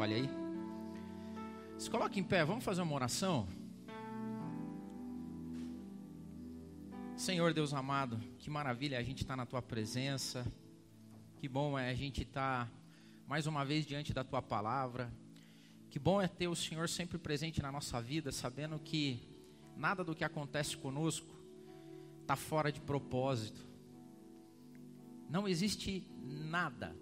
atrapalha aí. Se coloque em pé, vamos fazer uma oração. Senhor Deus amado, que maravilha a gente estar na Tua presença. Que bom é a gente estar mais uma vez diante da Tua palavra. Que bom é ter o Senhor sempre presente na nossa vida, sabendo que nada do que acontece conosco está fora de propósito. Não existe nada,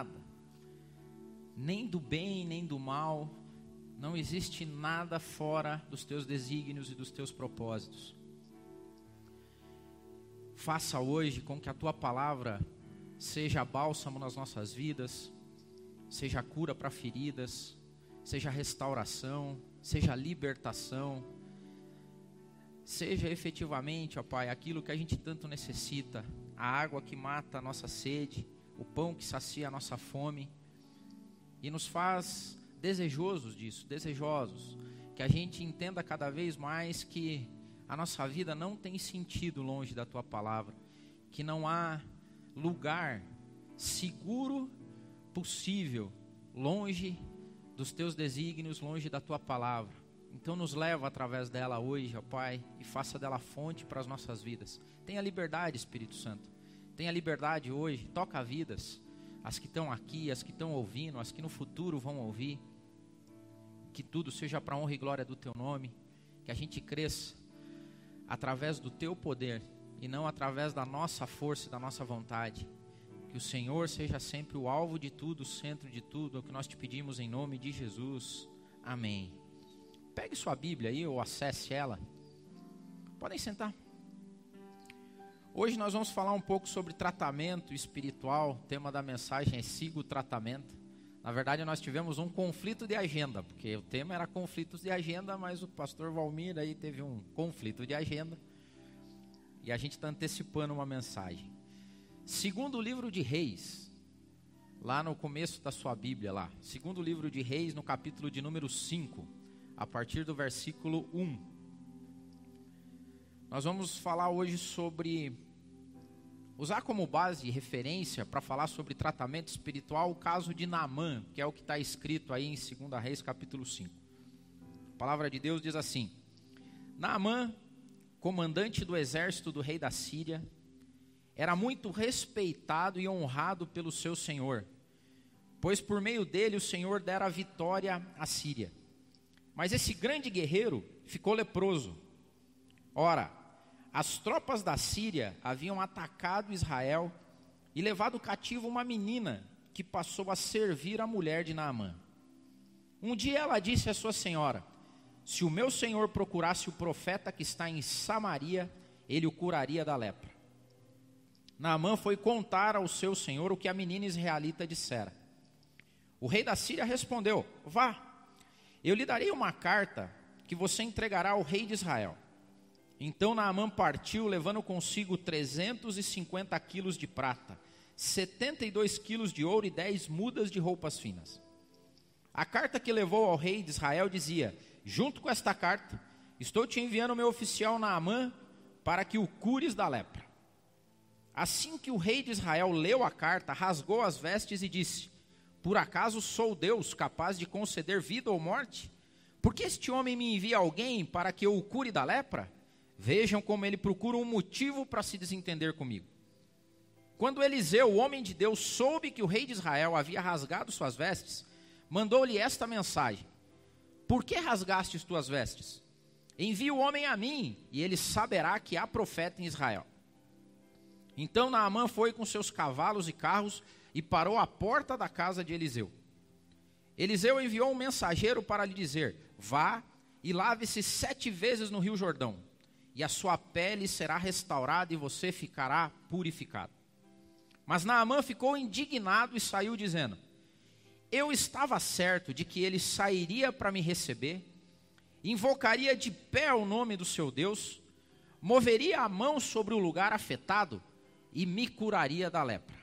nem do bem, nem do mal. Não existe nada fora dos Teus desígnios e dos Teus propósitos. Faça hoje com que a Tua palavra seja bálsamo nas nossas vidas, seja cura para feridas, seja restauração, seja libertação, seja efetivamente, ó Pai, aquilo que a gente tanto necessita, a água que mata a nossa sede, o pão que sacia a nossa fome, e nos faz desejosos disso, desejosos, que a gente entenda cada vez mais que a nossa vida não tem sentido longe da Tua palavra, que não há lugar seguro possível longe dos Teus desígnios, longe da Tua palavra. Então nos leva através dela hoje, ó Pai, e faça dela fonte para as nossas vidas. Tenha liberdade, Espírito Santo. Tenha liberdade hoje, toca vidas, as que estão aqui, as que estão ouvindo, as que no futuro vão ouvir. Que tudo seja para a honra e glória do Teu nome, que a gente cresça através do Teu poder e não através da nossa força e da nossa vontade. Que o Senhor seja sempre o alvo de tudo, o centro de tudo, é o que nós te pedimos em nome de Jesus. Amém. Pegue sua Bíblia aí ou acesse ela. Podem sentar. Hoje nós vamos falar um pouco sobre tratamento espiritual. O tema da mensagem é Siga o Tratamento. Na verdade nós tivemos um conflito de agenda, porque o tema era conflitos de agenda, mas o pastor Valmir aí teve um conflito de agenda. E a gente está antecipando uma mensagem. Segundo livro de Reis, lá no começo da sua Bíblia lá. Segundo livro de Reis, no capítulo de número 5, a partir do versículo 1. Nós vamos falar hoje sobre, usar como base e referência para falar sobre tratamento espiritual o caso de Naamã, que é o que está escrito aí em 2 Reis capítulo 5. A palavra de Deus diz assim: Naamã, comandante do exército do rei da Síria, era muito respeitado e honrado pelo seu senhor, pois por meio dele o Senhor dera vitória à Síria. Mas esse grande guerreiro ficou leproso. Ora, as tropas da Síria haviam atacado Israel e levado cativo uma menina que passou a servir a mulher de Naamã. Um dia ela disse à sua senhora: se o meu senhor procurasse o profeta que está em Samaria, ele o curaria da lepra. Naamã foi contar ao seu senhor o que a menina israelita dissera. O rei da Síria respondeu: vá, eu lhe darei uma carta que você entregará ao rei de Israel. Então Naamã partiu, levando consigo 350 quilos de prata, 72 quilos de ouro e 10 mudas de roupas finas. A carta que levou ao rei de Israel dizia: junto com esta carta, estou te enviando o meu oficial Naamã para que o cures da lepra. Assim que o rei de Israel leu a carta, rasgou as vestes e disse: por acaso sou Deus capaz de conceder vida ou morte? Porque este homem me envia alguém para que eu o cure da lepra? Vejam como ele procura um motivo para se desentender comigo. Quando Eliseu, o homem de Deus, soube que o rei de Israel havia rasgado suas vestes, mandou-lhe esta mensagem: por que rasgastes tuas vestes? Envie o homem a mim, e ele saberá que há profeta em Israel. Então Naamã foi com seus cavalos e carros e parou à porta da casa de Eliseu. Eliseu enviou um mensageiro para lhe dizer: vá e lave-se 7 vezes no rio Jordão, e a sua pele será restaurada e você ficará purificado. Mas Naamã ficou indignado e saiu dizendo: eu estava certo de que ele sairia para me receber, invocaria de pé o nome do seu Deus, moveria a mão sobre o lugar afetado e me curaria da lepra.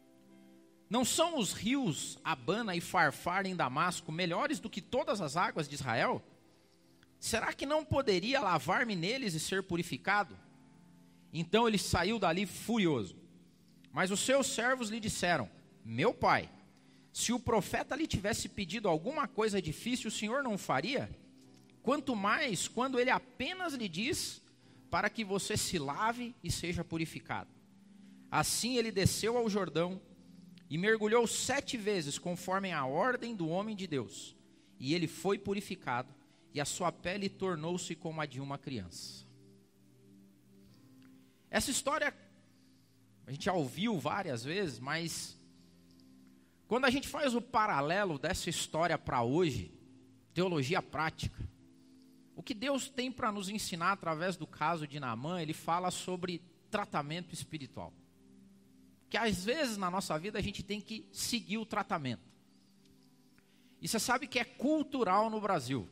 Não são os rios Abana e Farfar em Damasco melhores do que todas as águas de Israel? Será que não poderia lavar-me neles e ser purificado? Então ele saiu dali furioso. Mas os seus servos lhe disseram: meu pai, Se o profeta lhe tivesse pedido alguma coisa difícil, o Senhor não faria? Quanto mais quando ele apenas lhe diz para que você se lave e seja purificado. Assim ele desceu ao Jordão e mergulhou 7 vezes, conforme a ordem do homem de Deus. E ele foi purificado, e a sua pele tornou-se como a de uma criança. Essa história a gente já ouviu várias vezes, mas quando a gente faz o paralelo dessa história para hoje, teologia prática, o que Deus tem para nos ensinar através do caso de Naamã, ele fala sobre tratamento espiritual. Que às vezes na nossa vida a gente tem que seguir o tratamento. E você sabe que é cultural no Brasil.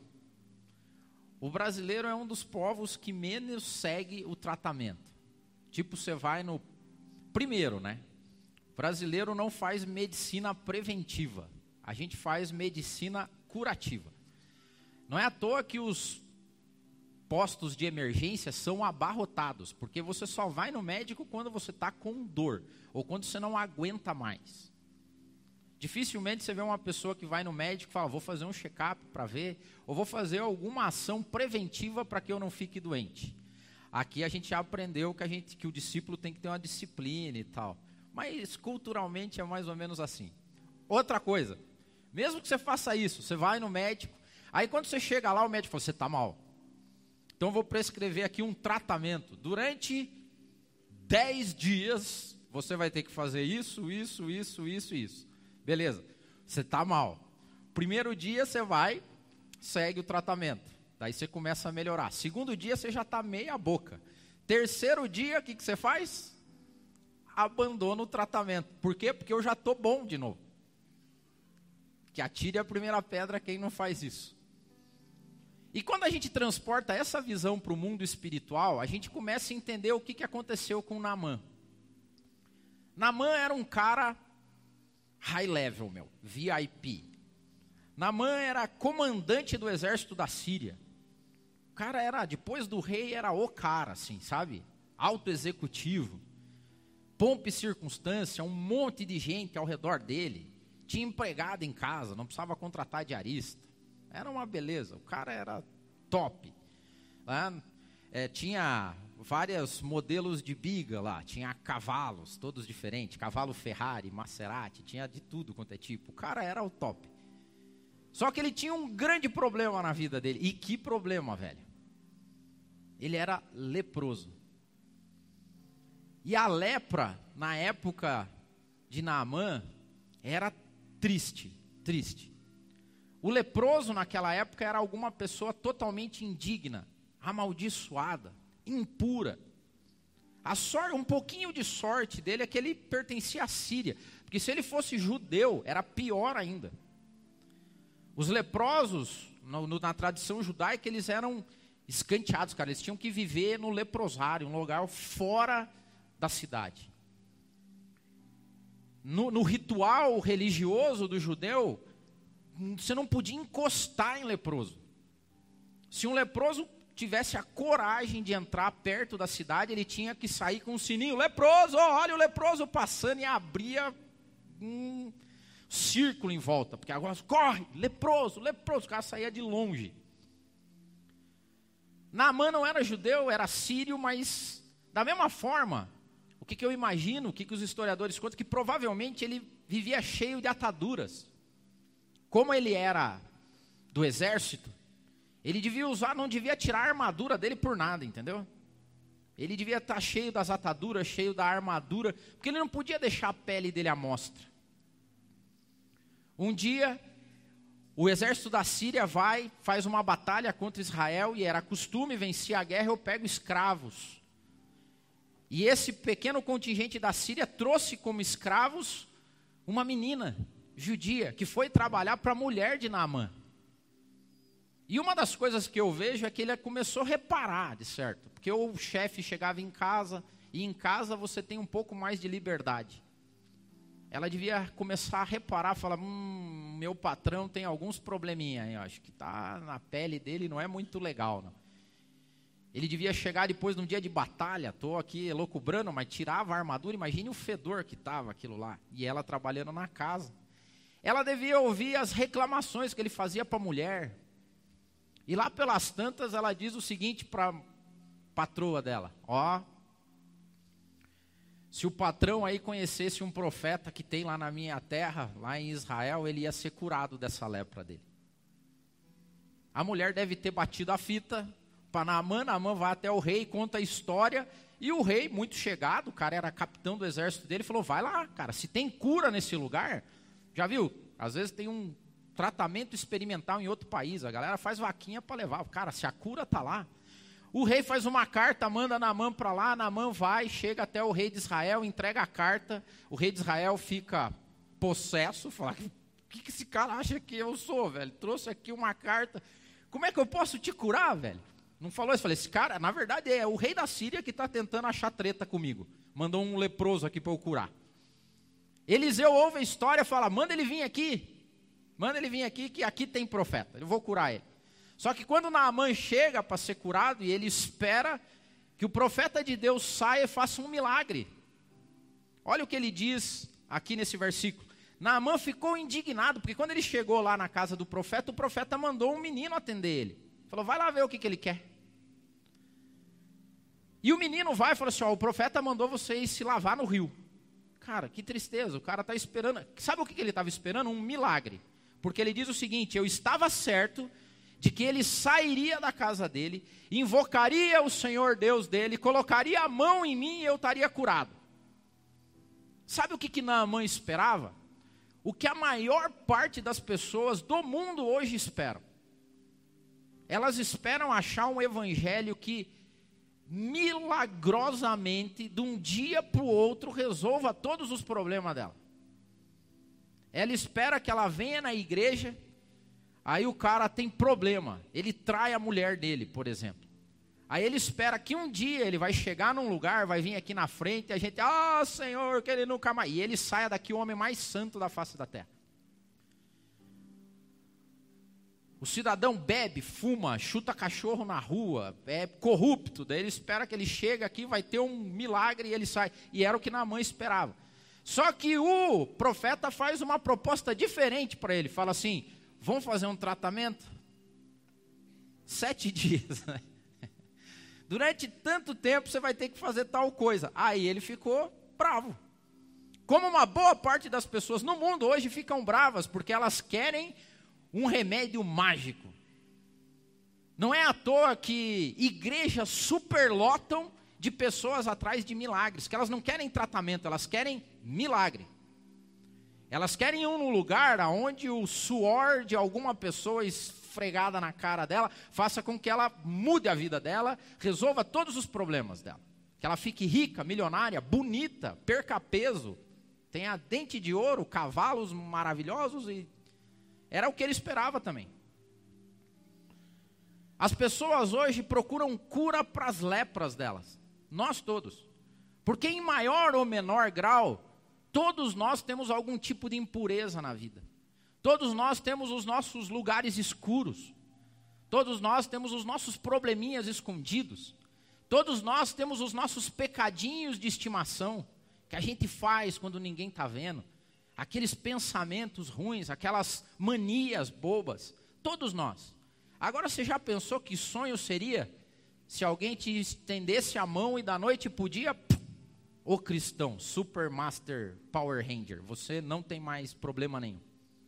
O brasileiro é um dos povos que menos segue o tratamento. Tipo, você vai no... Primeiro, né? O brasileiro não faz medicina preventiva. A gente faz medicina curativa. Não é à toa que os postos de emergência são abarrotados, porque você só vai no médico quando você está com dor, ou quando você não aguenta mais. Dificilmente você vê uma pessoa que vai no médico e fala, vou fazer um check-up para ver, ou vou fazer alguma ação preventiva para que eu não fique doente. Aqui a gente já aprendeu que o discípulo tem que ter uma disciplina e tal, mas culturalmente é mais ou menos assim. Outra coisa, mesmo que você faça isso, você vai no médico, aí quando você chega lá, o médico fala, você está mal. Então eu vou prescrever aqui um tratamento. Durante 10 dias, você vai ter que fazer isso. Beleza, você está mal. Primeiro dia você vai, segue o tratamento. Daí você começa a melhorar. Segundo dia você já está meia boca. Terceiro dia, o que você faz? Abandona o tratamento. Por quê? Porque eu já estou bom de novo. Que atire a primeira pedra quem não faz isso. E quando a gente transporta essa visão para o mundo espiritual, a gente começa a entender o que aconteceu com Naamã. Naamã era um cara high level, VIP. Naamã era comandante do exército da Síria. O cara era, depois do rei, era o cara, assim, sabe? Alto executivo. Pompa e circunstância, um monte de gente ao redor dele. Tinha empregado em casa, não precisava contratar diarista. Era uma beleza, o cara era top. Tinha vários modelos de biga lá, tinha cavalos, todos diferentes, cavalo Ferrari, Maserati, tinha de tudo quanto é tipo. O cara era o top. Só que ele tinha um grande problema na vida dele. E que problema, velho? Ele era leproso. E a lepra, na época de Naamã, era triste. O leproso naquela época era alguma pessoa totalmente indigna, amaldiçoada, impura. Um pouquinho de sorte dele é que ele pertencia à Síria, porque se ele fosse judeu, era pior ainda. Os leprosos, na tradição judaica, eles eram escanteados, cara. Eles tinham que viver no leprosário, um lugar fora da cidade. No ritual religioso do judeu, você não podia encostar em leproso. Se um leproso tivesse a coragem de entrar perto da cidade, ele tinha que sair com um sininho. Leproso, olha o leproso passando, e abria um círculo em volta. Porque agora, corre, leproso, o cara saía de longe. Naamã não era judeu, era sírio, mas da mesma forma, o que eu imagino, o que os historiadores contam, que provavelmente ele vivia cheio de ataduras. Como ele era do exército, ele não devia tirar a armadura dele por nada, entendeu? Ele devia estar cheio das ataduras, cheio da armadura, porque ele não podia deixar a pele dele à mostra. Um dia, o exército da Síria faz uma batalha contra Israel, e era costume, vencia a guerra, eu pego escravos. E esse pequeno contingente da Síria trouxe como escravos uma menina judia, que foi trabalhar para a mulher de Naamã. E uma das coisas que eu vejo é que ele começou a reparar, de certo, porque o chefe chegava em casa, e em casa você tem um pouco mais de liberdade. Ela devia começar a reparar, falar, meu patrão tem alguns probleminha aí, acho que tá na pele dele, não é muito legal, não. Ele devia chegar depois de um dia de batalha, estou aqui elocubrando, mas tirava a armadura, imagine o fedor que estava aquilo lá, e ela trabalhando na casa. ela devia ouvir as reclamações que ele fazia para a mulher. E lá pelas tantas, ela diz o seguinte para a patroa dela: ó, se o patrão aí conhecesse um profeta que tem lá na minha terra, lá em Israel, ele ia ser curado dessa lepra dele. A mulher deve ter batido a fita para Naamã. Naamã vai até o rei, conta a história, e o rei, muito chegado, o cara era capitão do exército dele, falou: vai lá, cara, se tem cura nesse lugar, já viu? Às vezes tem um tratamento experimental em outro país, a galera faz vaquinha para levar, cara, se a cura está lá. O rei faz uma carta, manda Naamã para lá, Naamã vai, chega até o rei de Israel, entrega a carta, o rei de Israel fica possesso, fala: o que esse cara acha que eu sou, velho? Trouxe aqui uma carta, como é que eu posso te curar, velho? Não falou isso, falei: esse cara, na verdade, é o rei da Síria que está tentando achar treta comigo, mandou um leproso aqui para eu curar. Eliseu ouve a história e fala: manda ele vir aqui, que aqui tem profeta, eu vou curar ele. Só que quando Naamã chega para ser curado, e ele espera que o profeta de Deus saia e faça um milagre. Olha o que ele diz aqui nesse versículo. Naamã ficou indignado, porque quando ele chegou lá na casa do profeta, o profeta mandou um menino atender ele. Falou: vai lá ver o que ele quer. E o menino vai e falou assim: ó, o profeta mandou vocês se lavar no rio. Cara, que tristeza, o cara está esperando. Sabe o que ele estava esperando? Um milagre. Porque ele diz o seguinte: eu estava certo de que ele sairia da casa dele, invocaria o Senhor Deus dele, colocaria a mão em mim e eu estaria curado. Sabe o que Naamã esperava? O que a maior parte das pessoas do mundo hoje esperam. Elas esperam achar um evangelho que milagrosamente, de um dia para o outro, resolva todos os problemas dela. Ela espera que ela venha na igreja. Aí o cara tem problema, ele trai a mulher dele, por exemplo. Aí ele espera que um dia ele vai chegar num lugar, vai vir aqui na frente, e a gente: ah, Senhor, que ele nunca mais... E ele saia daqui o homem mais santo da face da terra. O cidadão bebe, fuma, chuta cachorro na rua, é corrupto. Daí ele espera que ele chegue aqui, vai ter um milagre e ele sai. E era o que Naamã esperava. Só que o profeta faz uma proposta diferente para ele. Fala assim: vamos fazer um tratamento? 7 dias. Durante tanto tempo você vai ter que fazer tal coisa. Aí ele ficou bravo. Como uma boa parte das pessoas no mundo hoje ficam bravas, porque elas querem um remédio mágico. Não é à toa que igrejas superlotam de pessoas atrás de milagres, que elas não querem tratamento, elas querem milagre. Elas querem ir num lugar onde o suor de alguma pessoa esfregada na cara dela faça com que ela mude a vida dela, resolva todos os problemas dela. Que ela fique rica, milionária, bonita, perca peso, tenha dente de ouro, cavalos maravilhosos. E era o que ele esperava também. As pessoas hoje procuram cura para as lepras delas. Nós todos. Porque em maior ou menor grau, todos nós temos algum tipo de impureza na vida. Todos nós temos os nossos lugares escuros. Todos nós temos os nossos probleminhas escondidos. Todos nós temos os nossos pecadinhos de estimação, que a gente faz quando ninguém está vendo. Aqueles pensamentos ruins, aquelas manias bobas. Todos nós. Agora você já pensou que sonho seria se alguém te estendesse a mão e da noite pro dia... Ô cristão, Super Master Power Ranger, você não tem mais problema nenhum.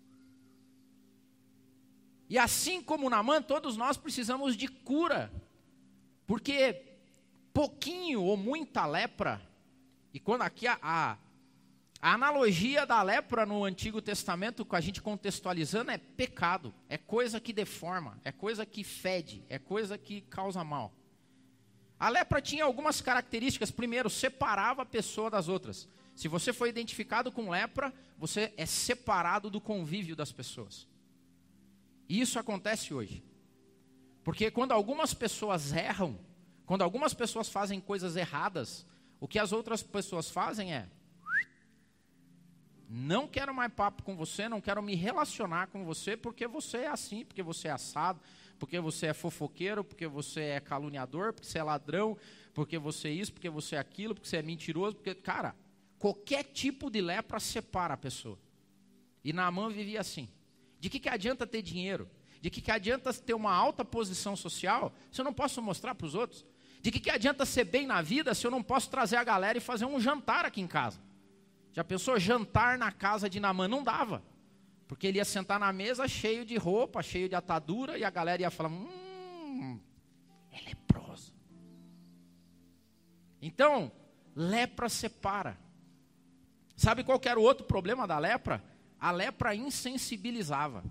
E assim como Naamã, todos nós precisamos de cura. Porque pouquinho ou muita lepra, e quando aqui a analogia da lepra no Antigo Testamento, com a gente contextualizando, é pecado, é coisa que deforma, é coisa que fede, é coisa que causa mal. A lepra tinha algumas características. Primeiro, separava a pessoa das outras. Se você foi identificado com lepra, você é separado do convívio das pessoas. E isso acontece hoje. Porque quando algumas pessoas erram, quando algumas pessoas fazem coisas erradas, o que as outras pessoas fazem é: não quero mais papo com você, não quero me relacionar com você, porque você é assim, porque você é assado, porque você é fofoqueiro, porque você é caluniador, porque você é ladrão, porque você é isso, porque você é aquilo, porque você é mentiroso, porque, cara, qualquer tipo de lepra separa a pessoa. E Naamã vivia assim. De que adianta ter dinheiro? De que adianta ter uma alta posição social se eu não posso mostrar para os outros? De que adianta ser bem na vida se eu não posso trazer a galera e fazer um jantar aqui em casa? Já pensou jantar na casa de Naamã? Não dava. Porque ele ia sentar na mesa cheio de roupa, cheio de atadura, e a galera ia falar, é leproso. Então, lepra separa. Sabe qual que era o outro problema da lepra? A lepra insensibilizava.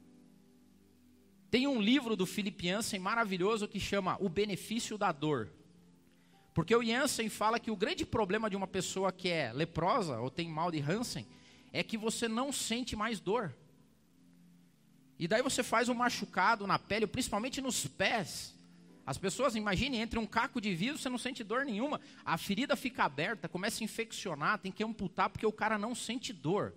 Tem um livro do Philip Yancey maravilhoso que chama O Benefício da Dor. Porque o Yancey fala que o grande problema de uma pessoa que é leprosa ou tem mal de Hansen é que você não sente mais dor. E daí você faz um machucado na pele, principalmente nos pés. As pessoas, imaginem, entre um caco de vidro você não sente dor nenhuma. A ferida fica aberta, começa a infeccionar, tem que amputar porque o cara não sente dor.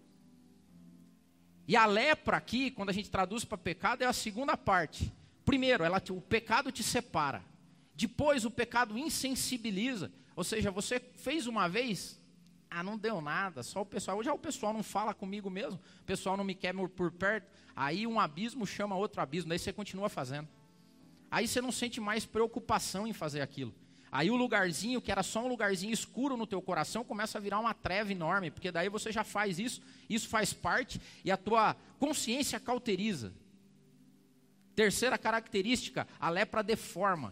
E a lepra aqui, quando a gente traduz para pecado, é a segunda parte. Primeiro, o pecado te separa. Depois, o pecado insensibiliza. Ou seja, você fez uma vez, não deu nada, só o pessoal. Hoje o pessoal não fala comigo mesmo, o pessoal não me quer por perto. Aí um abismo chama outro abismo, daí você continua fazendo. Aí você não sente mais preocupação em fazer aquilo. Aí o lugarzinho, que era só um lugarzinho escuro no teu coração, começa a virar uma treva enorme, porque daí você já faz isso faz parte, e a tua consciência cauteriza. Terceira característica, a lepra deforma.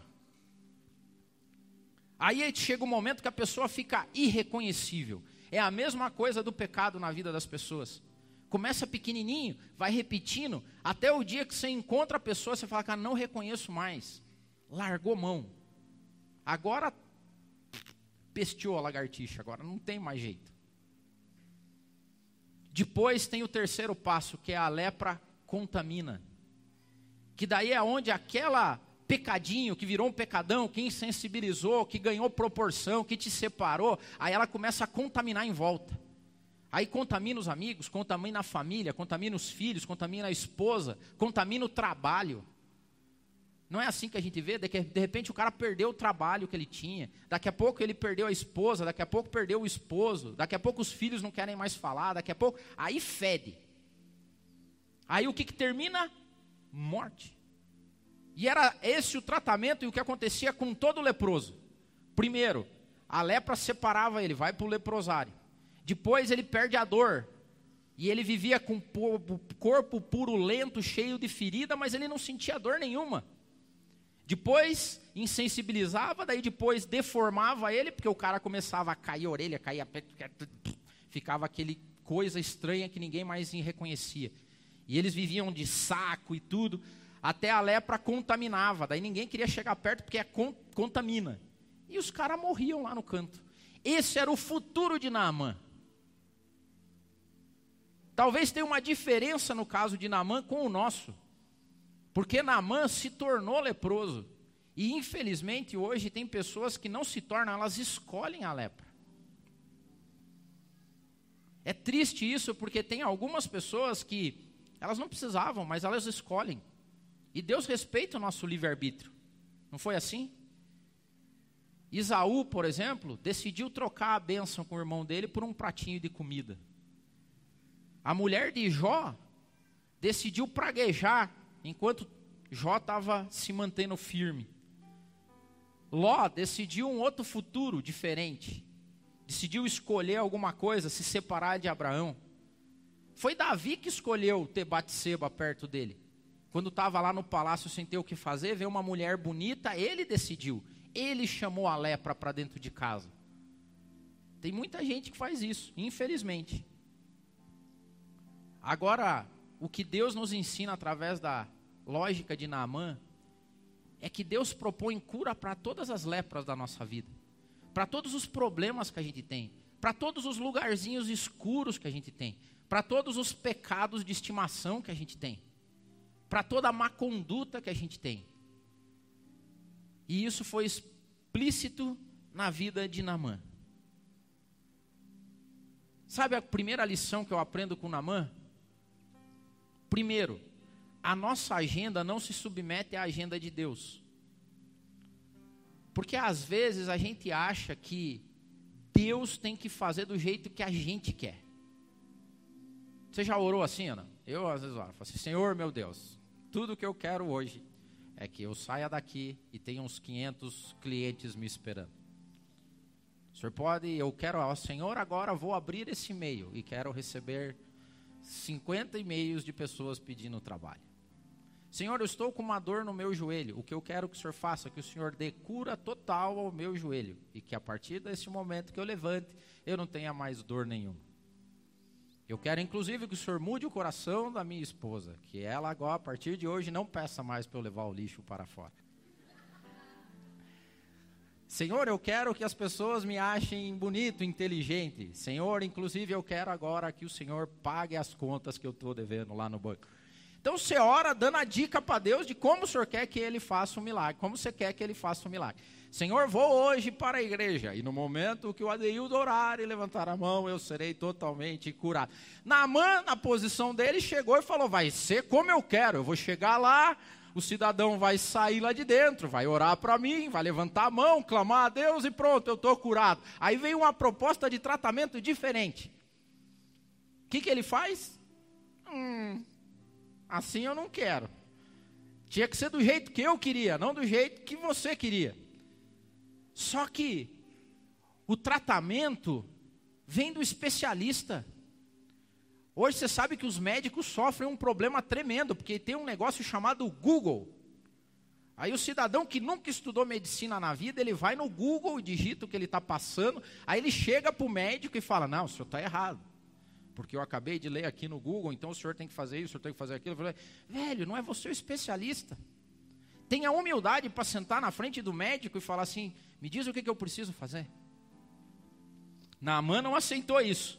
Aí chega um momento que a pessoa fica irreconhecível. É a mesma coisa do pecado na vida das pessoas. Começa pequenininho, vai repetindo, até o dia que você encontra a pessoa, você fala, cara, não reconheço mais. Largou mão. Agora, pesteou a lagartixa, agora não tem mais jeito. Depois tem o terceiro passo, que é a lepra contamina. Que daí é onde aquela pecadinho, que virou um pecadão, que insensibilizou, que ganhou proporção, que te separou, aí ela começa a contaminar em volta. Aí contamina os amigos, contamina a família, contamina os filhos, contamina a esposa, contamina o trabalho. Não é assim que a gente vê, de repente o cara perdeu o trabalho que ele tinha, daqui a pouco ele perdeu a esposa, daqui a pouco perdeu o esposo, daqui a pouco os filhos não querem mais falar, daqui a pouco, aí fede. Aí o que termina? Morte. E era esse o tratamento e o que acontecia com todo leproso. Primeiro, a lepra separava ele, vai para o leprosário. Depois ele perde a dor. E ele vivia com o corpo purulento, cheio de ferida, mas ele não sentia dor nenhuma. Depois insensibilizava, daí depois deformava ele, porque o cara começava a cair a orelha, caía, ficava aquele coisa estranha que ninguém mais reconhecia. E eles viviam de saco e tudo, até a lepra contaminava, daí ninguém queria chegar perto porque contamina. E os caras morriam lá no canto. Esse era o futuro de Naamã. Talvez tenha uma diferença no caso de Naamã com o nosso. Porque Naamã se tornou leproso. E infelizmente hoje tem pessoas que não se tornam, elas escolhem a lepra. É triste isso porque tem algumas pessoas que elas não precisavam, mas elas escolhem. E Deus respeita o nosso livre-arbítrio. Não foi assim? Isaú, por exemplo, decidiu trocar a bênção com o irmão dele por um pratinho de comida. A mulher de Jó decidiu praguejar enquanto Jó estava se mantendo firme. Ló decidiu um outro futuro diferente. Decidiu escolher alguma coisa, se separar de Abraão. Foi Davi que escolheu ter Batseba perto dele. Quando estava lá no palácio sem ter o que fazer, veio uma mulher bonita, ele decidiu. Ele chamou a lepra para dentro de casa. Tem muita gente que faz isso, infelizmente. Agora, o que Deus nos ensina através da lógica de Naamã é que Deus propõe cura para todas as lepras da nossa vida, para todos os problemas que a gente tem, para todos os lugarzinhos escuros que a gente tem, para todos os pecados de estimação que a gente tem, para toda a má conduta que a gente tem. E isso foi explícito na vida de Naamã. Sabe a primeira lição que eu aprendo com Naamã? Primeiro, a nossa agenda não se submete à agenda de Deus. Porque às vezes a gente acha que Deus tem que fazer do jeito que a gente quer. Você já orou assim, Ana? Eu às vezes oro, falo assim, Senhor meu Deus, tudo que eu quero hoje é que eu saia daqui e tenha uns 500 clientes me esperando. O Senhor pode, eu quero, ó Senhor, agora vou abrir esse e-mail e quero receber 50 e-mails de pessoas pedindo trabalho. Senhor, eu estou com uma dor no meu joelho, o que eu quero que o Senhor faça, que o Senhor dê cura total ao meu joelho, e que a partir desse momento que eu levante, eu não tenha mais dor nenhuma. Eu quero inclusive que o Senhor mude o coração da minha esposa, que ela agora, a partir de hoje, não peça mais para eu levar o lixo para fora. Senhor, eu quero que as pessoas me achem bonito, inteligente. Senhor, inclusive eu quero agora que o Senhor pague as contas que eu estou devendo lá no banco. Então você ora dando a dica para Deus de como o Senhor quer que Ele faça um milagre, como você quer que Ele faça um milagre. Senhor, vou hoje para a igreja, e no momento que o Adeildo orar e levantar a mão, eu serei totalmente curado. Naamã, na posição dele, chegou e falou, vai ser como eu quero, eu vou chegar lá, o cidadão vai sair lá de dentro, vai orar para mim, vai levantar a mão, clamar a Deus e pronto, eu estou curado. Aí veio uma proposta de tratamento diferente. O que ele faz? Assim eu não quero. Tinha que ser do jeito que eu queria, não do jeito que você queria. Só que o tratamento vem do especialista. Hoje você sabe que os médicos sofrem um problema tremendo, porque tem um negócio chamado Google. Aí o cidadão que nunca estudou medicina na vida, ele vai no Google e digita o que ele está passando, aí ele chega para o médico e fala, não, o senhor está errado. Porque eu acabei de ler aqui no Google, então o senhor tem que fazer isso, o senhor tem que fazer aquilo. Eu falei, velho, não é você o especialista. Tenha humildade para sentar na frente do médico e falar assim, me diz o que eu preciso fazer. Naamã não aceitou isso.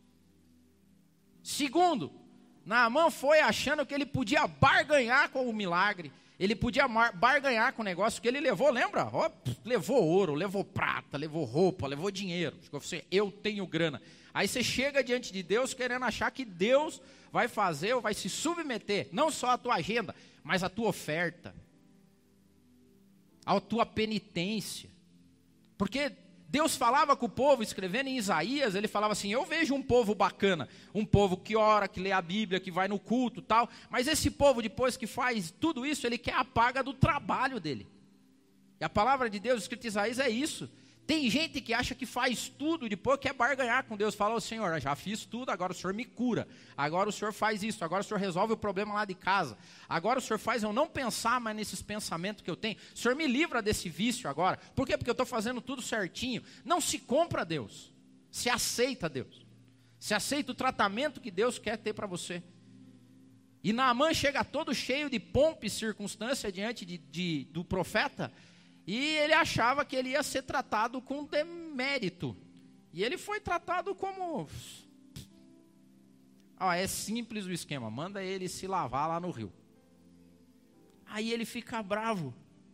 Segundo, Naamã foi achando que ele podia barganhar com o milagre. Ele podia barganhar com o negócio que ele levou, lembra? Levou ouro, levou prata, levou roupa, levou dinheiro. Eu tenho grana. Aí você chega diante de Deus querendo achar que Deus vai fazer ou vai se submeter, não só a tua agenda, mas a tua oferta, a tua penitência. Porque Deus falava com o povo, escrevendo em Isaías, ele falava assim, eu vejo um povo bacana, um povo que ora, que lê a Bíblia, que vai no culto e tal, mas esse povo depois que faz tudo isso, ele quer a paga do trabalho dele. E a palavra de Deus, escrita em Isaías, é isso. Tem gente que acha que faz tudo e depois quer barganhar com Deus. Fala, Senhor, eu já fiz tudo, agora o Senhor me cura. Agora o Senhor faz isso, agora o Senhor resolve o problema lá de casa. Agora o Senhor faz eu não pensar mais nesses pensamentos que eu tenho. O Senhor me livra desse vício agora. Por quê? Porque eu estou fazendo tudo certinho. Não se compra Deus, se aceita Deus. Se aceita o tratamento que Deus quer ter para você. E Naamã chega todo cheio de pompa e circunstância diante do profeta. E ele achava que ele ia ser tratado com demérito. E ele foi tratado como... é simples o esquema. Manda ele se lavar lá no rio. Aí ele fica bravo.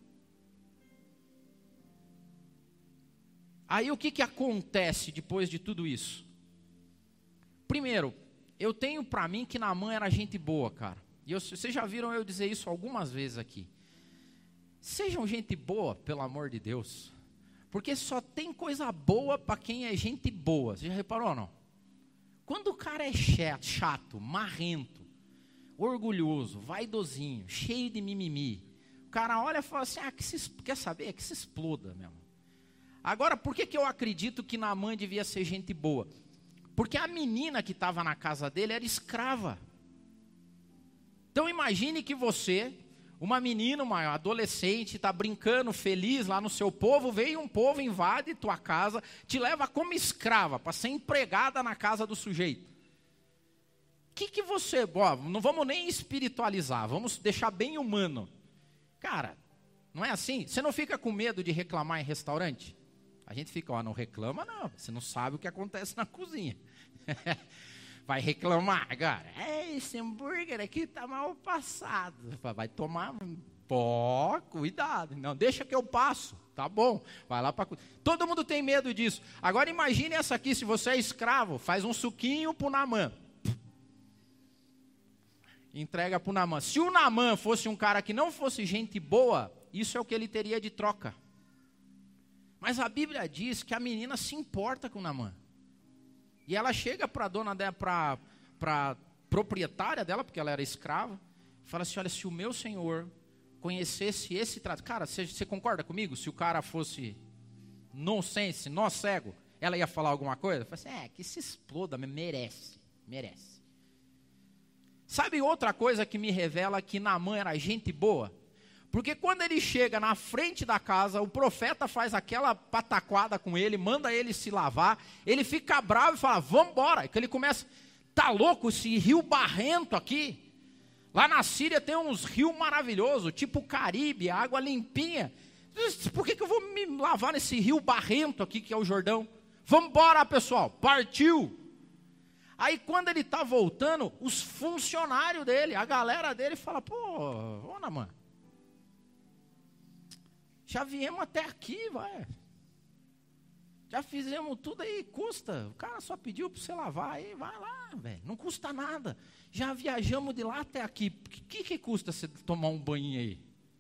Aí o que acontece depois de tudo isso? Primeiro, eu tenho para mim que Naamã era gente boa, cara. E vocês já viram eu dizer isso algumas vezes aqui. Sejam gente boa, pelo amor de Deus. Porque só tem coisa boa para quem é gente boa. Você já reparou ou não? Quando o cara é chato, marrento, orgulhoso, vaidosinho, cheio de mimimi, o cara olha e fala assim, quer saber? Que se exploda mesmo. Agora, por que eu acredito que Naamã devia ser gente boa? Porque a menina que estava na casa dele era escrava. Então imagine que você... Uma menina, uma adolescente, está brincando, feliz lá no seu povo, veio um povo, invade tua casa, te leva como escrava, para ser empregada na casa do sujeito. O que você... não vamos nem espiritualizar, vamos deixar bem humano. Cara, não é assim? Você não fica com medo de reclamar em restaurante? A gente fica, não reclama não, você não sabe o que acontece na cozinha. Vai reclamar, cara. Esse hambúrguer aqui está mal passado. Vai tomar, cuidado. Não, deixa que eu passo. Tá bom, vai lá para... Todo mundo tem medo disso. Agora imagine essa aqui, se você é escravo, faz um suquinho para o Naamã. Entrega para o Naamã. Se o Naamã fosse um cara que não fosse gente boa, isso é o que ele teria de troca. Mas a Bíblia diz que a menina se importa com o Naamã. E ela chega para a dona dela, para proprietária dela, porque ela era escrava, fala assim, olha, se o meu senhor conhecesse esse trato, cara, você concorda comigo? Se o cara fosse nonsense, nó cego, ela ia falar alguma coisa? Fala assim, que se exploda, merece. Sabe outra coisa que me revela que Naamã era gente boa? Porque quando ele chega na frente da casa, o profeta faz aquela pataquada com ele, manda ele se lavar, ele fica bravo e fala, vamos embora. Que ele começa, tá louco esse rio barrento aqui? Lá na Síria tem uns rios maravilhosos, tipo o Caribe, água limpinha. Por que eu vou me lavar nesse rio barrento aqui, que é o Jordão? Vamos embora, pessoal, partiu. Aí quando ele está voltando, os funcionários dele, a galera dele fala, pô, ô Naamã, já viemos até aqui, vai. Já fizemos tudo aí, custa. O cara só pediu para você lavar aí, vai lá, velho. Não custa nada. Já viajamos de lá até aqui. O que custa você tomar um banho aí?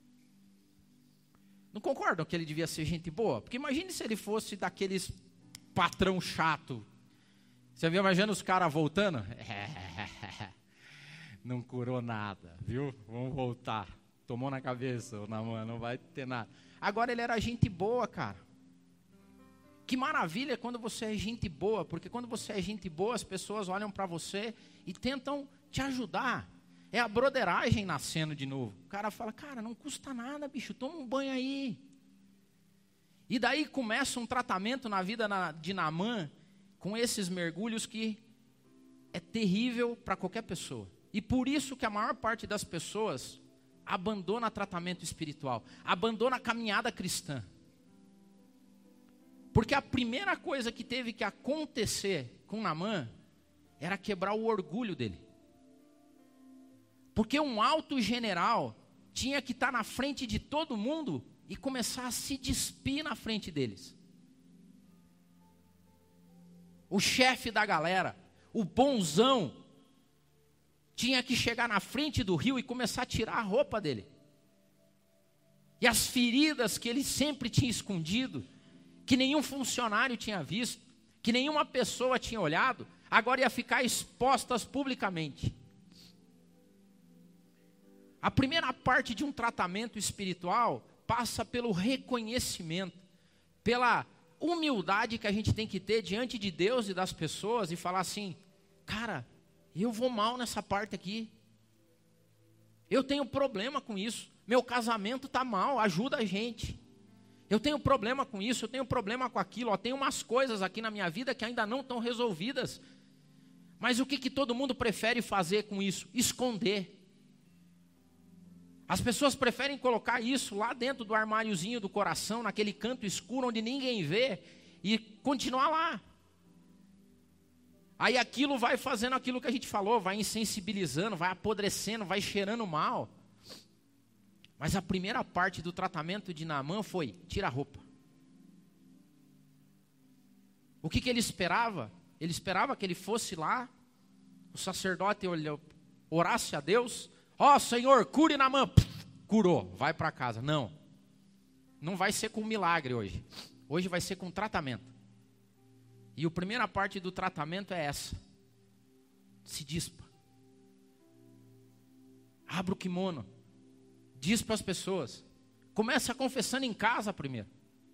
Não concordam que ele devia ser gente boa? Porque imagine se ele fosse daqueles patrão chato. Você viu, imagina os caras voltando? Não curou nada, viu? Vamos voltar. Tomou na cabeça, o Naamã, não vai ter nada. Agora ele era gente boa, cara. Que maravilha quando você é gente boa, porque quando você é gente boa, as pessoas olham para você e tentam te ajudar. É a broderagem nascendo de novo. O cara fala, cara, não custa nada, bicho, toma um banho aí. E daí começa um tratamento na vida de Naamã, com esses mergulhos que é terrível para qualquer pessoa. E por isso que a maior parte das pessoas abandona tratamento espiritual, abandona a caminhada cristã. Porque a primeira coisa que teve que acontecer com Naamã era quebrar o orgulho dele. Porque um alto general tinha que estar na frente de todo mundo e começar a se despir na frente deles. O chefe da galera, o bonzão, tinha que chegar na frente do rio e começar a tirar a roupa dele. E as feridas que ele sempre tinha escondido, que nenhum funcionário tinha visto, que nenhuma pessoa tinha olhado, agora ia ficar expostas publicamente. A primeira parte de um tratamento espiritual passa pelo reconhecimento, pela humildade que a gente tem que ter diante de Deus e das pessoas e falar assim, cara, eu vou mal nessa parte aqui. Eu tenho problema com isso. Meu casamento está mal, ajuda a gente. Eu tenho problema com isso, eu tenho problema com aquilo. Tem umas coisas aqui na minha vida que ainda não estão resolvidas. Mas o que todo mundo prefere fazer com isso? Esconder. As pessoas preferem colocar isso lá dentro do armáriozinho do coração, naquele canto escuro onde ninguém vê, e continuar lá. Aí aquilo vai fazendo aquilo que a gente falou, vai insensibilizando, vai apodrecendo, vai cheirando mal. Mas a primeira parte do tratamento de Naamã foi, tira a roupa. O que ele esperava? Ele esperava que ele fosse lá, o sacerdote orasse a Deus, ó Senhor, cure Naamã, curou, vai para casa. Não, não vai ser com milagre hoje. Hoje vai ser com tratamento. E a primeira parte do tratamento é essa. Se dispa. Abra o kimono. Diz para as pessoas. Começa confessando em casa primeiro.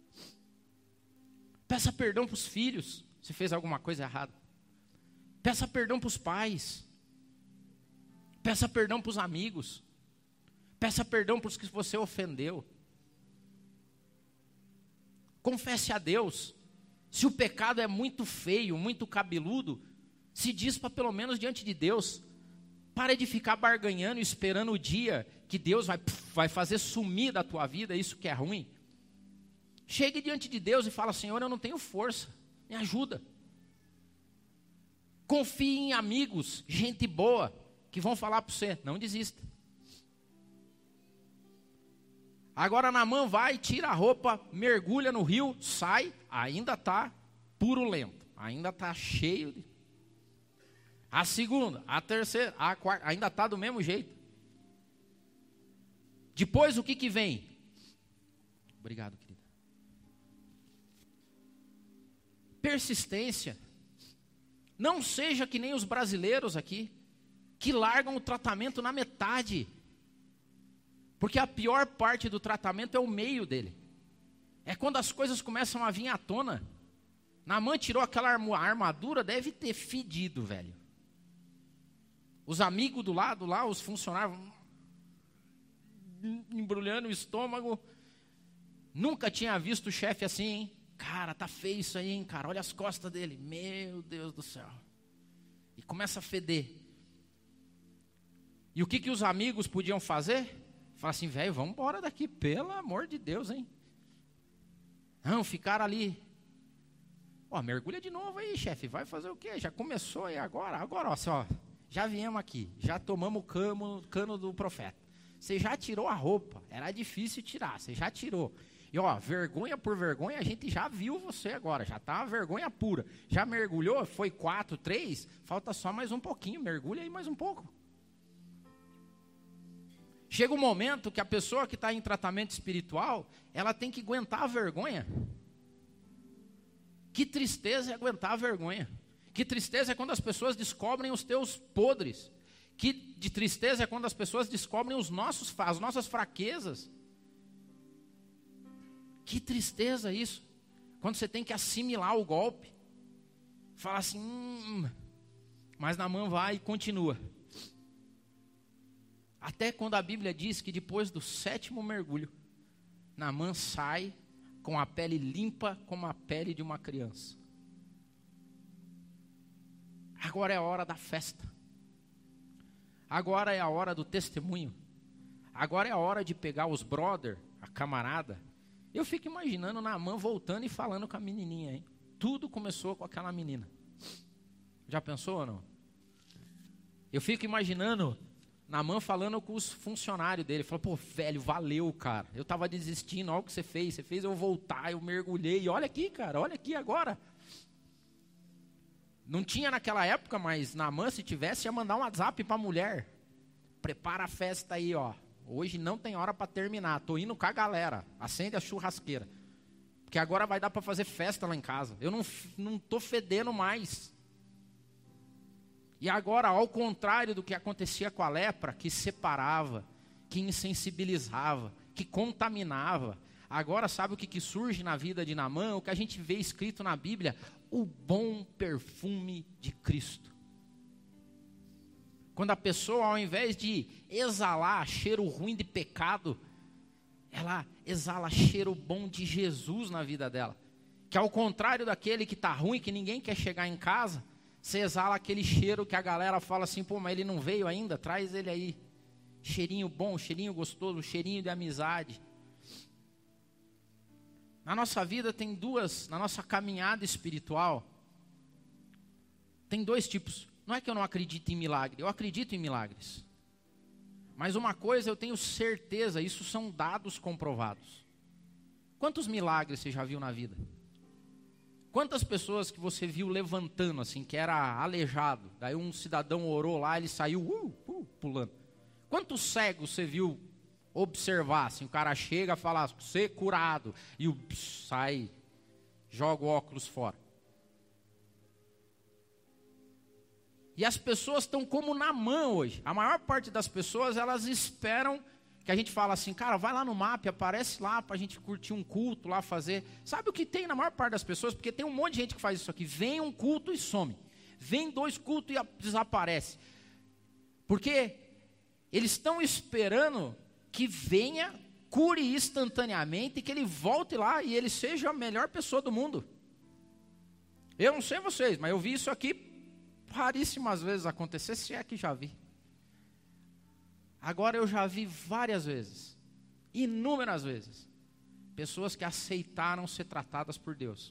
Peça perdão para os filhos, se fez alguma coisa errada. Peça perdão para os pais. Peça perdão para os amigos. Peça perdão para os que você ofendeu. Confesse a Deus. Se o pecado é muito feio, muito cabeludo, se dispa pelo menos diante de Deus. Pare de ficar barganhando, esperando o dia que Deus vai fazer sumir da tua vida isso que é ruim. Chegue diante de Deus e fala, Senhor, eu não tenho força, me ajuda. Confie em amigos, gente boa, que vão falar para você, não desista. Agora Naamã vai, tira a roupa, mergulha no rio, sai, ainda está purulento, ainda está cheio de... A segunda, a terceira, a quarta, ainda está do mesmo jeito. Depois o que vem? Obrigado, querida. Persistência. Não seja que nem os brasileiros aqui. que largam o tratamento na metade. Porque a pior parte do tratamento é o meio dele. É quando as coisas começam a vir à tona. Naamã tirou aquela armadura, deve ter fedido, velho. Os amigos do lado lá, os funcionários, embrulhando o estômago. Nunca tinha visto o chefe assim, hein? Cara, tá feio isso aí, hein, cara? Olha as costas dele. Meu Deus do céu. E começa a feder. E o que os amigos podiam fazer? Falar assim, velho, vamos embora daqui, pelo amor de Deus, hein? Não, ficaram ali. Ó, mergulha de novo aí, chefe, vai fazer o quê? Já começou aí agora? Agora, ó, já viemos aqui, já tomamos o cano do profeta. Você já tirou a roupa, era difícil tirar, você já tirou. E ó, vergonha por vergonha, a gente já viu você agora, já tá uma vergonha pura. Já mergulhou, foi 4, 3, falta só mais um pouquinho, mergulha aí mais um pouco. Chega um momento que a pessoa que está em tratamento espiritual, ela tem que aguentar a vergonha. Que tristeza é aguentar a vergonha. Que tristeza é quando as pessoas descobrem os teus podres. Que de tristeza é quando as pessoas descobrem as nossas fraquezas. Que tristeza isso. Quando você tem que assimilar o golpe. Fala assim, mas Naamã vai e continua. Até quando a Bíblia diz que depois do 7º mergulho, Naamã sai com a pele limpa como a pele de uma criança. Agora é a hora da festa. Agora é a hora do testemunho. Agora é a hora de pegar os brother, a camarada. Eu fico imaginando Naamã voltando e falando com a menininha, hein? Tudo começou com aquela menina. Já pensou ou não? Eu fico imaginando Naamã falando com os funcionários dele. Falou, pô, velho, valeu, cara. Eu tava desistindo, olha o que você fez. Você fez eu voltar, eu mergulhei. Olha aqui, cara, olha aqui agora. Não tinha naquela época, mas Naamã, se tivesse, ia mandar um WhatsApp pra mulher. Prepara a festa aí, ó. Hoje não tem hora para terminar. Tô indo com a galera. Acende a churrasqueira. Porque agora vai dar para fazer festa lá em casa. Eu não tô fedendo mais. E agora, ao contrário do que acontecia com a lepra, que separava, que insensibilizava, que contaminava. Agora, sabe o que surge na vida de Naamã? O que a gente vê escrito na Bíblia? O bom perfume de Cristo. Quando a pessoa, ao invés de exalar cheiro ruim de pecado, ela exala cheiro bom de Jesus na vida dela. Que ao contrário daquele que está ruim, que ninguém quer chegar em casa, você exala aquele cheiro que a galera fala assim, pô, mas ele não veio ainda, traz ele aí. Cheirinho bom, cheirinho gostoso, cheirinho de amizade. Na nossa vida tem na nossa caminhada espiritual, tem 2 tipos. Não é que eu não acredito em milagre, eu acredito em milagres. Mas uma coisa eu tenho certeza, isso são dados comprovados. Quantos milagres você já viu na vida? Quantas pessoas que você viu levantando assim, que era aleijado, daí um cidadão orou lá, ele saiu pulando. Quantos cegos você viu observar, assim, o cara chega e fala, você é curado, e sai, joga o óculos fora. E as pessoas estão como Naamã hoje. A maior parte das pessoas, elas esperam que a gente fala assim, cara, vai lá no MAP, aparece lá para a gente curtir um culto lá, fazer. Sabe o que tem na maior parte das pessoas? Porque tem um monte de gente que faz isso aqui. Vem um culto e some. Vem 2 cultos e desaparece. Porque eles estão esperando que venha, cure instantaneamente, e que ele volte lá e ele seja a melhor pessoa do mundo. Eu não sei vocês, mas eu vi isso aqui raríssimas vezes acontecer, se é que já vi. Agora eu já vi várias vezes, inúmeras vezes, pessoas que aceitaram ser tratadas por Deus.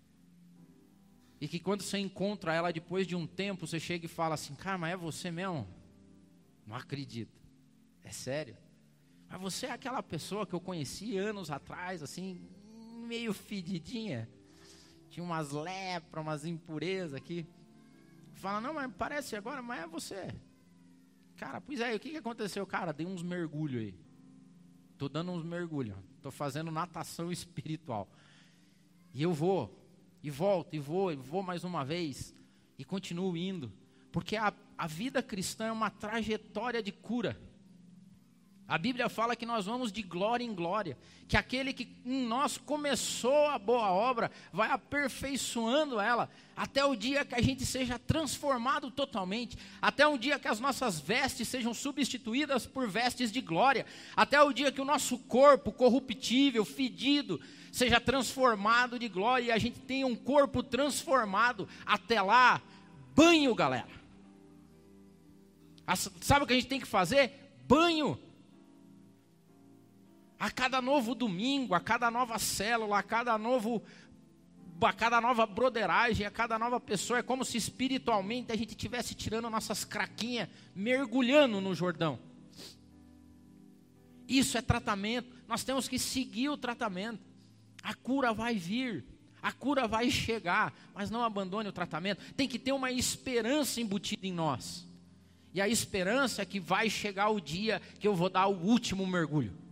E que quando você encontra ela depois de um tempo, você chega e fala assim, cara, mas é você mesmo? Não acredito. É sério? Mas você é aquela pessoa que eu conheci anos atrás, assim, meio fedidinha. Tinha umas lepras, umas impurezas aqui. Fala, não, mas parece agora, mas é você. Cara, pois é, o que aconteceu? Cara, dei uns mergulhos aí. Tô dando uns mergulhos. Tô fazendo natação espiritual. E eu vou, e volto, e vou mais uma vez. E continuo indo. Porque a vida cristã é uma trajetória de cura. A Bíblia fala que nós vamos de glória em glória, que aquele que em nós começou a boa obra, vai aperfeiçoando ela, até o dia que a gente seja transformado totalmente, até o dia que as nossas vestes sejam substituídas por vestes de glória, até o dia que o nosso corpo corruptível, fedido, seja transformado de glória, e a gente tenha um corpo transformado. Até lá, banho, galera. Sabe o que a gente tem que fazer? Banho. A cada novo domingo, a cada nova célula, a cada nova broderagem, a cada nova pessoa, é como se espiritualmente a gente estivesse tirando nossas craquinhas, mergulhando no Jordão. Isso é tratamento, nós temos que seguir o tratamento. A cura vai vir, a cura vai chegar, mas não abandone o tratamento. Tem que ter uma esperança embutida em nós. E a esperança é que vai chegar o dia que eu vou dar o último mergulho.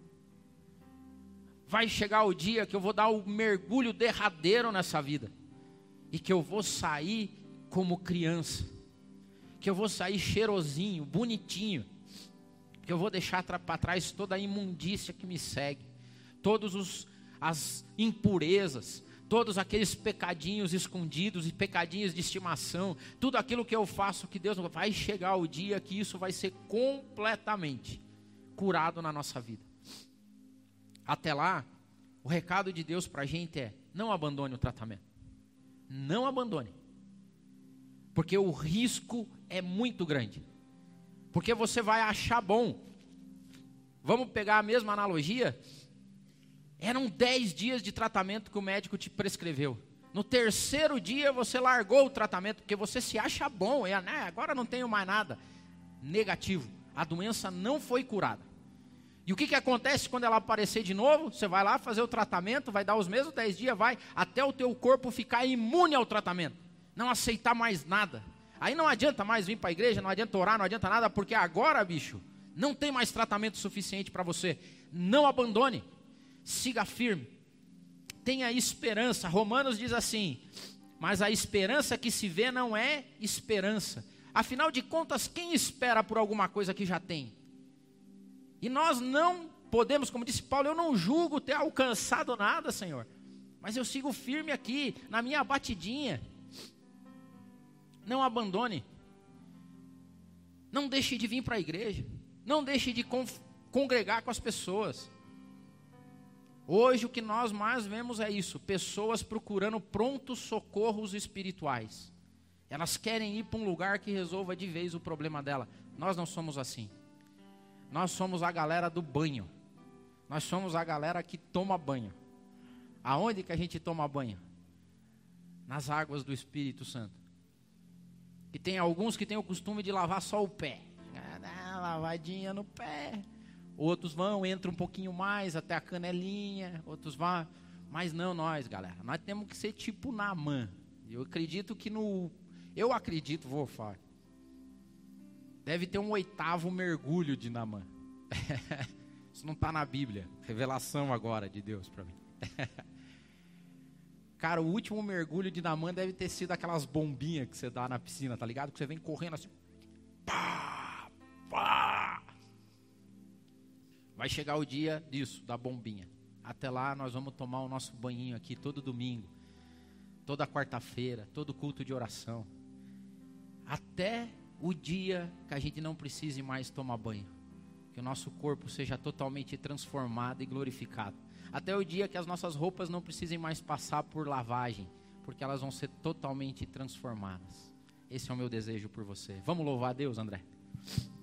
Vai chegar o dia que eu vou dar o mergulho derradeiro nessa vida. E que eu vou sair como criança. Que eu vou sair cheirosinho, bonitinho. Que eu vou deixar para trás toda a imundícia que me segue. Todas as impurezas. Todos aqueles pecadinhos escondidos e pecadinhos de estimação. Tudo aquilo que eu faço que Deus... Vai chegar o dia que isso vai ser completamente curado na nossa vida. Até lá, o recado de Deus para a gente é: não abandone o tratamento. Não abandone. Porque o risco é muito grande. Porque você vai achar bom. Vamos pegar a mesma analogia? Eram 10 dias de tratamento que o médico te prescreveu. No terceiro dia você largou o tratamento, porque você se acha bom. Agora não tenho mais nada. Negativo. A doença não foi curada. E o que acontece quando ela aparecer de novo? Você vai lá fazer o tratamento, vai dar os mesmos 10 dias, vai até o teu corpo ficar imune ao tratamento. Não aceitar mais nada. Aí não adianta mais vir para a igreja, não adianta orar, não adianta nada, porque agora, bicho, não tem mais tratamento suficiente para você. Não abandone. Siga firme. Tenha esperança. Romanos diz assim: mas a esperança que se vê não é esperança. Afinal de contas, quem espera por alguma coisa que já tem? E nós não podemos, como disse Paulo, eu não julgo ter alcançado nada, Senhor. Mas eu sigo firme aqui, na minha batidinha. Não abandone. Não deixe de vir para a igreja. Não deixe de congregar com as pessoas. Hoje o que nós mais vemos é isso. Pessoas procurando prontos socorros espirituais. Elas querem ir para um lugar que resolva de vez o problema dela. Nós não somos assim. Nós somos a galera do banho. Nós somos a galera que toma banho. Aonde que a gente toma banho? Nas águas do Espírito Santo. E tem alguns que têm o costume de lavar só o pé. Lavadinha no pé. Outros entram um pouquinho mais, até a canelinha. Outros vão. Mas não nós, galera. Nós temos que ser tipo Naamã. Eu acredito que vou falar. Deve ter um 8º mergulho de Naamã. Isso não está na Bíblia. Revelação agora de Deus para mim. Cara, o último mergulho de Naamã deve ter sido aquelas bombinhas que você dá na piscina, tá ligado? Que você vem correndo assim. Pá, pá. Vai chegar o dia disso, da bombinha. Até lá nós vamos tomar o nosso banhinho aqui todo domingo. Toda quarta-feira, todo culto de oração. Até o dia que a gente não precise mais tomar banho. Que o nosso corpo seja totalmente transformado e glorificado. Até o dia que as nossas roupas não precisem mais passar por lavagem. Porque elas vão ser totalmente transformadas. Esse é o meu desejo por você. Vamos louvar a Deus, André?